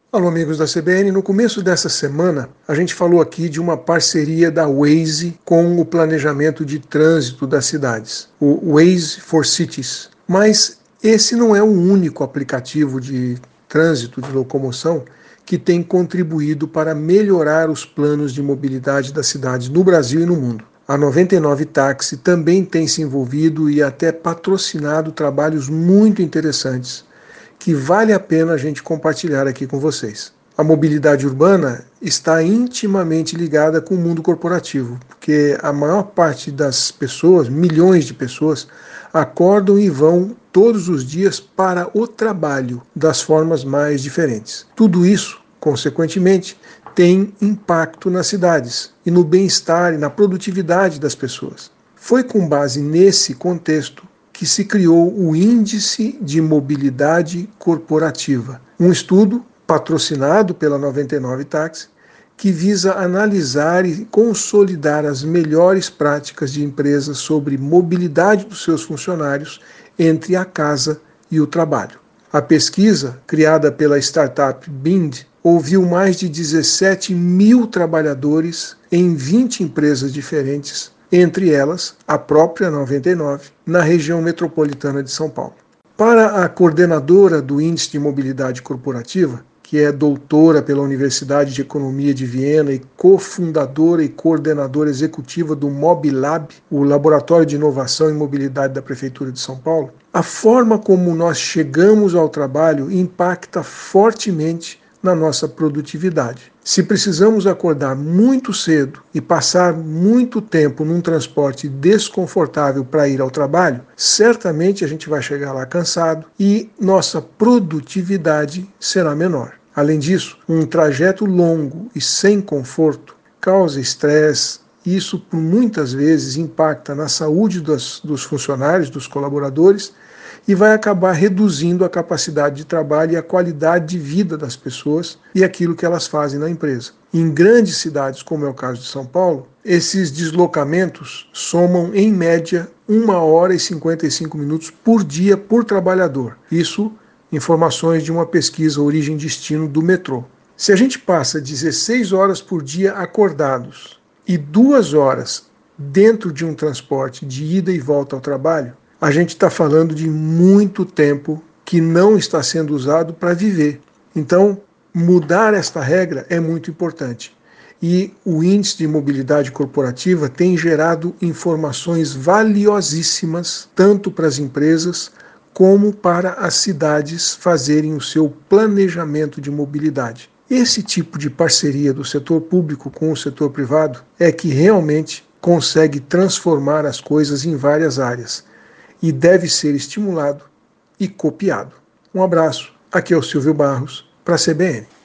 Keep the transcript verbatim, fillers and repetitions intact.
Alô, amigos da C B N. No começo dessa semana, a gente falou aqui de uma parceria da Waze com o planejamento de trânsito das cidades, o Waze for Cities. Mas esse não é o único aplicativo de trânsito, de locomoção, que tem contribuído para melhorar os planos de mobilidade das cidades no Brasil e no mundo. A noventa e nove Táxi também tem se envolvido e até patrocinado trabalhos muito interessantes, que vale a pena a gente compartilhar aqui com vocês. A mobilidade urbana está intimamente ligada com o mundo corporativo, porque a maior parte das pessoas, milhões de pessoas, acordam e vão todos os dias para o trabalho das formas mais diferentes. Tudo isso, consequentemente, tem impacto nas cidades e no bem-estar e na produtividade das pessoas. Foi com base nesse contexto que se criou o Índice de Mobilidade Corporativa, um estudo patrocinado pela noventa e nove Táxi, que visa analisar e consolidar as melhores práticas de empresas sobre mobilidade dos seus funcionários entre a casa e o trabalho. A pesquisa, criada pela startup Bind, ouviu mais de dezessete mil trabalhadores em vinte empresas diferentes, entre elas a própria noventa e nove, na região metropolitana de São Paulo. Para a coordenadora do Índice de Mobilidade Corporativa, que é doutora pela Universidade de Economia de Viena e cofundadora e coordenadora executiva do Mobilab, o Laboratório de Inovação e Mobilidade da Prefeitura de São Paulo, a forma como nós chegamos ao trabalho impacta fortemente na nossa produtividade. Se precisamos acordar muito cedo e passar muito tempo num transporte desconfortável para ir ao trabalho, certamente a gente vai chegar lá cansado e nossa produtividade será menor. Além disso, um trajeto longo e sem conforto causa estresse. Isso, por muitas vezes, impacta na saúde dos, dos funcionários, dos colaboradores, e vai acabar reduzindo a capacidade de trabalho e a qualidade de vida das pessoas e aquilo que elas fazem na empresa. Em grandes cidades, como é o caso de São Paulo, esses deslocamentos somam, em média, uma hora e cinquenta e cinco minutos por dia por trabalhador. Isso, informações de uma pesquisa Origem e Destino do metrô. Se a gente passa dezesseis horas por dia acordados e duas horas dentro de um transporte de ida e volta ao trabalho, a gente está falando de muito tempo que não está sendo usado para viver. Então, mudar esta regra é muito importante. E o Índice de Mobilidade Corporativa tem gerado informações valiosíssimas, tanto para as empresas como para as cidades fazerem o seu planejamento de mobilidade. Esse tipo de parceria do setor público com o setor privado é que realmente consegue transformar as coisas em várias áreas e deve ser estimulado e copiado. Um abraço, aqui é o Silvio Barros, para a C B N.